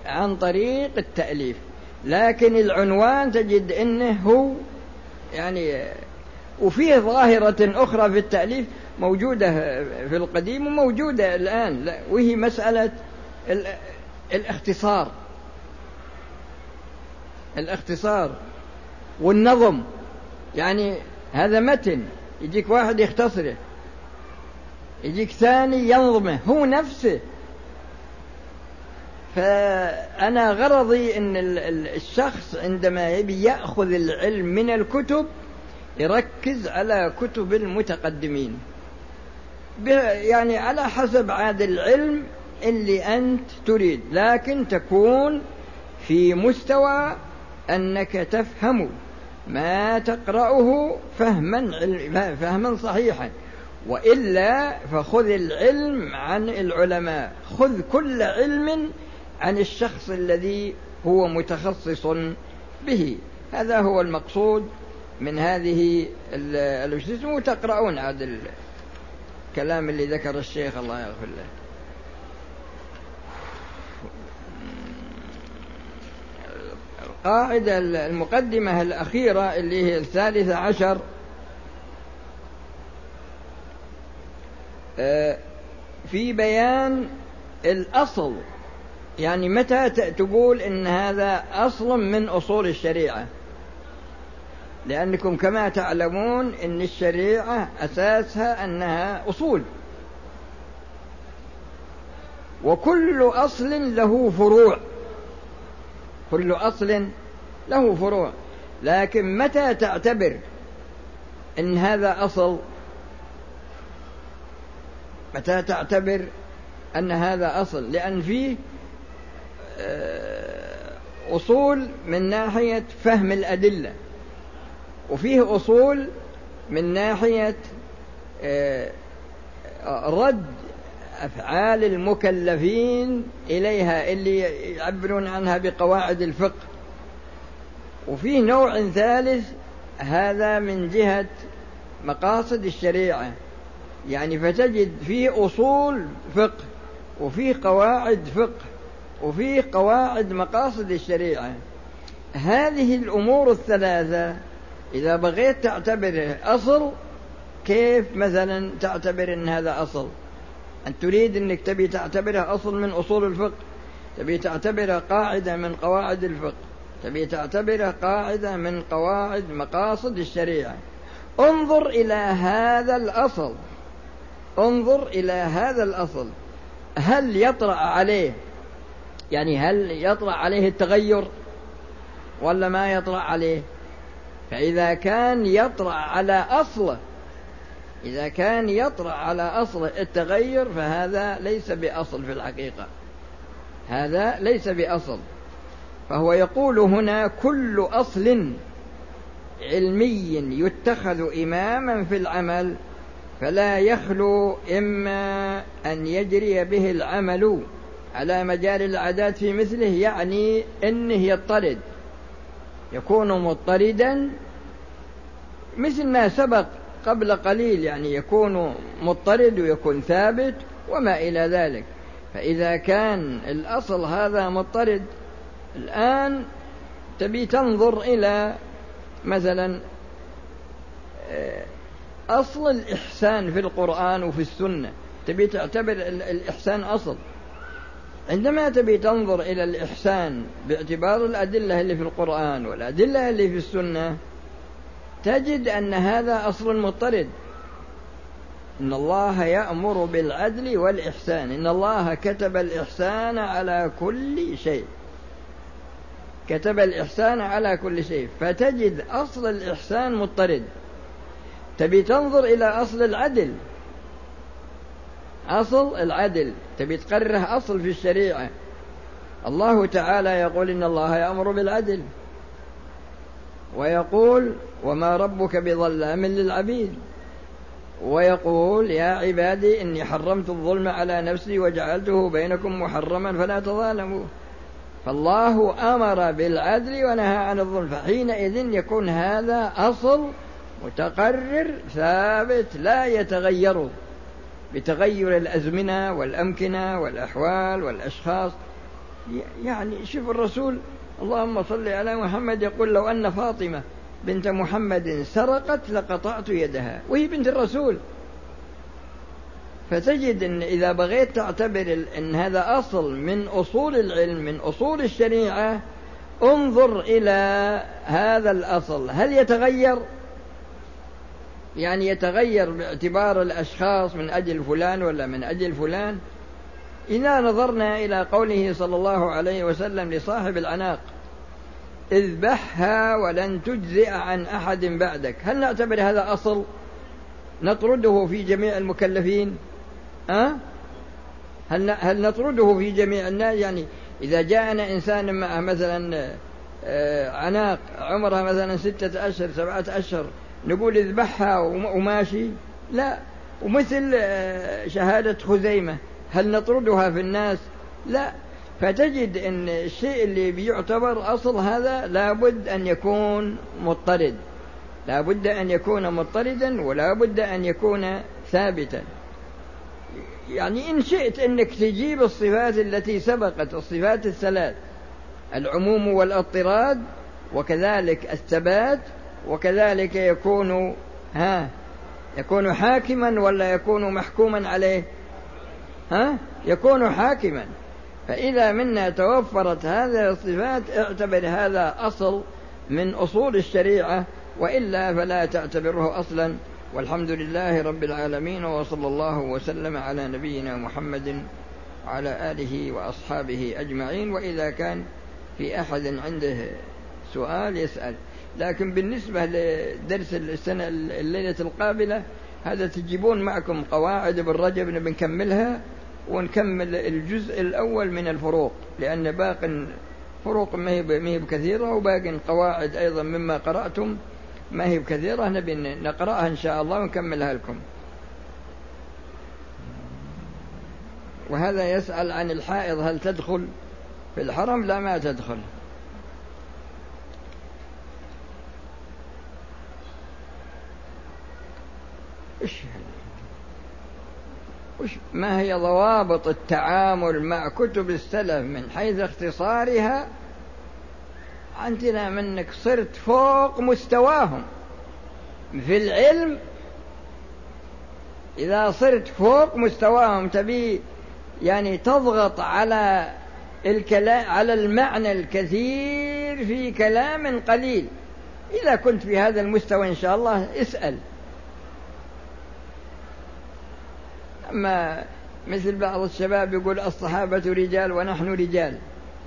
عن طريق التأليف، لكن العنوان تجد أنه هو يعني. وفيه ظاهرة أخرى في التأليف موجودة في القديم وموجودة الآن، وهي مسألة الاختصار والنظم. يعني هذا متن يجيك واحد يختصره، يجيك ثاني ينظمه هو نفسه. فأنا غرضي أن الشخص عندما يبي يأخذ العلم من الكتب يركز على كتب المتقدمين، يعني على حسب عاد العلم اللي أنت تريد، لكن تكون في مستوى أنك تفهم ما تقرأه فهما صحيحا، وإلا فخذ العلم عن العلماء، خذ كل علم عن الشخص الذي هو متخصص به. هذا هو المقصود من هذه الأجزاء. وتقرؤون هذا الكلام اللي ذكر الشيخ الله يغفر له. القاعدة المقدمة الأخيرة اللي هي 13 في بيان الأصل. يعني متى تقول إن هذا أصل من أصول الشريعة؟ لأنكم كما تعلمون إن الشريعة أساسها أنها أصول، وكل أصل له فروع، كل أصل له فروع. لكن متى تعتبر إن هذا أصل؟ متى تعتبر أن هذا أصل؟ لأن فيه أصول من ناحية فهم الأدلة، وفيه أصول من ناحية رد أفعال المكلفين إليها اللي يعبرون عنها بقواعد الفقه. وفيه نوع ثالث، هذا من جهة مقاصد الشريعة، يعني فتجد فيه أصول فقه وفيه قواعد فقه وفيه قواعد مقاصد الشريعة. هذه الأمور الثلاثة إذا بغيت تعتبره أصل، كيف مثلا تعتبر أن هذا أصل؟ أن تريد أنك تبي تعتبره أصل من أصول الفقه، تبي تعتبره قاعدة من قواعد الفقه، تبي تعتبره قاعدة من قواعد مقاصد الشريعة. انظر إلى هذا الأصل، انظر إلى هذا الأصل، هل يطرأ عليه، يعني هل يطرأ عليه التغير ولا ما يطرأ عليه؟ فإذا كان يطرأ على أصله، إذا كان يطرأ على أصل التغير، فهذا ليس بأصل في الحقيقة، هذا ليس بأصل. فهو يقول هنا كل أصل علمي يتخذ إماما في العمل فلا يخلو إما أن يجري به العمل على مجال العادات في مثله، يعني إنه يضطرد، يكون مضطردا مثل ما سبق قبل قليل، يعني يكون مضطرد ويكون ثابت وما إلى ذلك. فإذا كان الأصل هذا مضطرد، الآن تبي تنظر إلى مثلا أصل الإحسان في القرآن وفي السنة، تبي تعتبر الإحسان أصل. عندما تبي تنظر إلى الإحسان باعتبار الأدلة اللي في القرآن والأدلة اللي في السنة، تجد أن هذا أصل مضطرد. إن الله يأمر بالعدل والإحسان، إن الله كتب الإحسان على كل شيء، كتب الإحسان على كل شيء، فتجد أصل الإحسان مضطرد. تبي تنظر إلى أصل العدل، أصل العدل تبي تقرره أصل في الشريعة. الله تعالى يقول إن الله يأمر بالعدل، ويقول وما ربك بظلام للعبيد، ويقول يا عبادي إني حرمت الظلم على نفسي وجعلته بينكم محرما فلا تظالموا. فالله أمر بالعدل ونهى عن الظلم، فحينئذ يكون هذا أصل متقرر ثابت لا يتغير بتغير الأزمنة والأمكنة والأحوال والأشخاص. يعني شوف الرسول اللهم صل على محمد يقول لو أن فاطمة بنت محمد سرقت لقطعت يدها، وهي بنت الرسول. فتجد أن إذا بغيت تعتبر أن هذا أصل من أصول العلم من أصول الشريعة، انظر إلى هذا الأصل هل يتغير، يعني يتغير باعتبار الأشخاص من أجل فلان ولا من أجل فلان. إذا نظرنا إلى قوله صلى الله عليه وسلم لصاحب العناق اذبحها ولن تجزئ عن أحد بعدك، هل نعتبر هذا أصل نطرده في جميع المكلفين؟ هل نطرده في جميع الناس؟ يعني إذا جاءنا إنسان معه مثلا عناق عمرها مثلا 6 أشهر 7 أشهر نقول اذبحها وماشي؟ لا. ومثل شهادة خزيمة هل نطردها في الناس؟ لا. فتجد أن الشيء اللي بيعتبر أصل هذا لابد أن يكون مضطرد، لابد أن يكون مضطردا ولابد أن يكون ثابتا. يعني إن شئت أنك تجيب الصفات التي سبقت الصفات الثلاث العموم والاضطراد وكذلك الثبات وكذلك يكون حاكما ولا يكون محكوما عليه؟ يكون حاكما. فإذا منا توفرت هذه الصفات اعتبر هذا أصل من أصول الشريعة، وإلا فلا تعتبره أصلا. والحمد لله رب العالمين، وصلى الله وسلم على نبينا محمد وعلى آله وأصحابه أجمعين. وإذا كان في أحد عنده سؤال يسأل. لكن بالنسبة لدرس السنة الليلة القابلة هذا تجيبون معكم قواعد ابن رجب بنكملها ونكمل الجزء الأول من الفروق، لأن باقي فروق ما هي بكثيرة، وباقي قواعد أيضا مما قرأتم ما هي بكثيرة، نبي نقرأها إن شاء الله ونكملها لكم. وهذا يسأل عن الحائض هل تدخل في الحرم؟ لا، ما تدخل. ما هي ضوابط التعامل مع كتب السلف من حيث اختصارها؟ عندنا منك صرت فوق مستواهم في العلم. إذا صرت فوق مستواهم تبي يعني تضغط على الكلام على المعنى الكثير في كلام قليل. إذا كنت في هذا المستوى إن شاء الله اسأل. أما مثل بعض الشباب يقول الصحابة رجال ونحن رجال،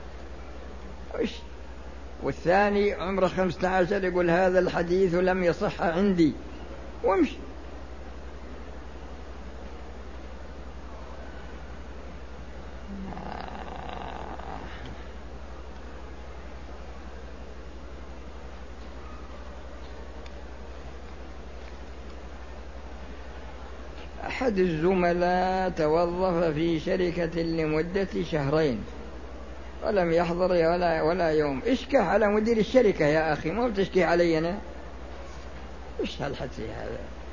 والثاني عمره 15 يقول هذا الحديث لم يصح عندي، وامشي. أحد الزملاء توظف في شركة لمدة 2 شهر ولم يحضر ولا يوم. اشكى على مدير الشركة يا أخي، ما بتشكي علي أنا. إيش هالحكي هذا؟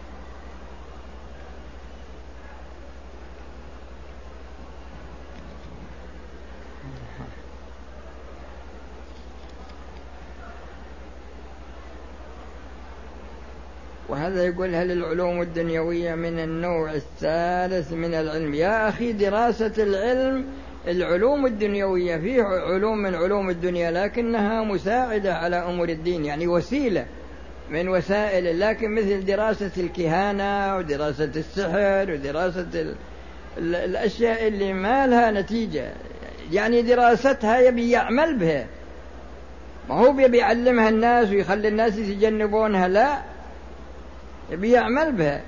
وهذا يقول هل العلوم الدنيوية من النوع الثالث من العلم؟ يا أخي دراسة العلم العلوم الدنيوية فيه علوم من علوم الدنيا لكنها مساعدة على أمور الدين، يعني وسيلة من وسائل، لكن مثل دراسة الكهانة ودراسة السحر ودراسة الأشياء اللي ما لها نتيجة، يعني دراستها يبي يعمل بها، ما هو بيبي يعلمها الناس ويخلي الناس يتجنبونها، لا، يبي يعمل بها.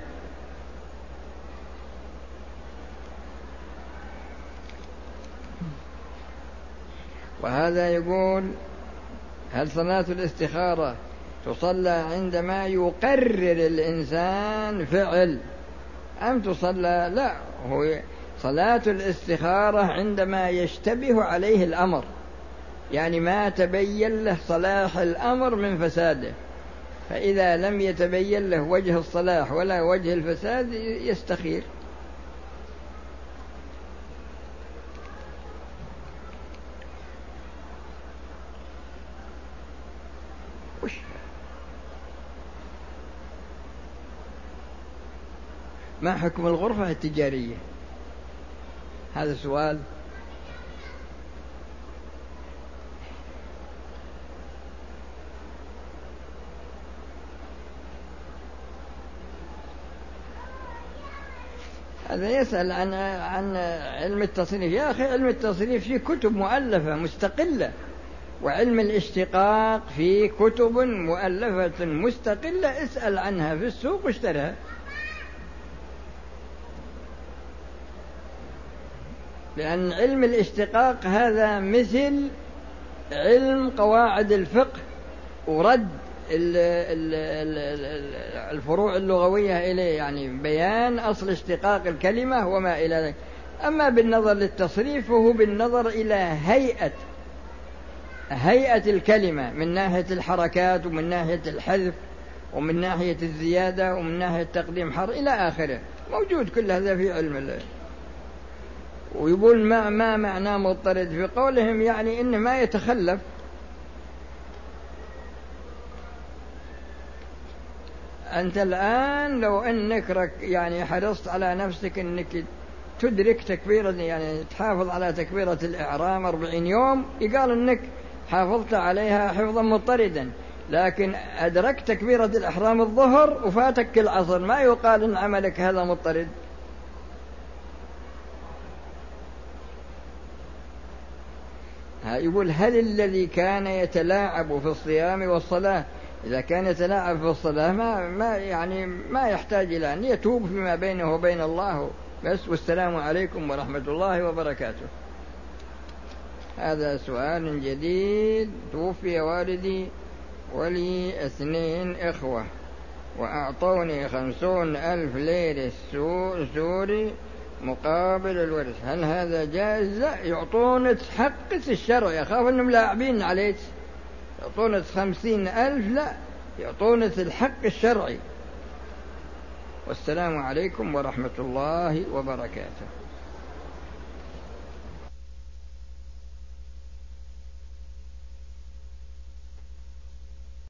وهذا يقول هل صلاة الاستخارة تصلى عندما يقرر الإنسان فعل أم تصلى؟ لا، هو صلاة الاستخارة عندما يشتبه عليه الأمر، يعني ما تبين له صلاح الأمر من فساده، فإذا لم يتبين له وجه الصلاح ولا وجه الفساد يستخير. وش ما حكم الغرفة التجارية؟ هذا سؤال. هذا يسأل عن علم التصريف. يا أخي علم التصريف فيه كتب مؤلفة مستقلة، وعلم الاشتقاق فيه كتب مؤلفة مستقلة، اسأل عنها في السوق واشترها. لأن علم الاشتقاق هذا مثل علم قواعد الفقه ورد الفروع اللغوية إليه، يعني بيان أصل اشتقاق الكلمة وما إلى ذلك. أما بالنظر للتصريف فهو بالنظر إلى هيئة الكلمة من ناحية الحركات ومن ناحية الحذف ومن ناحية الزيادة ومن ناحية تقديم حرف إلى آخره، موجود كل هذا في علم الله. ويقول ما معنى مضطرد في قولهم؟ يعني إنه ما يتخلف. أنت الآن لو أنك يعني حرصت على نفسك أنك تدرك تكبيرة، يعني تحافظ على تكبيرة الإحرام 40 يوم، يقال أنك حافظت عليها حفظا مضطردا. لكن أدركت تكبيرة الإحرام الظهر وفاتك العصر، ما يقال أن عملك هذا مضطرد. يقول هل الذي كان يتلاعب في الصيام والصلاة، إذا كان يتلاعب في الصلاة ما يحتاج إلى أن يتوب فيما بينه وبين الله بس. والسلام عليكم ورحمة الله وبركاته. هذا سؤال جديد. توفي والدي ولي 2 إخوة وأعطوني 50,000 ليرة سوري مقابل الورث، هل هذا جائز؟ لا، يعطونك حقك الشرعي، أخاف أنهم لاعبين عليك. يعطونك 50,000 لا، يعطونك الحق الشرعي. والسلام عليكم ورحمة الله وبركاته.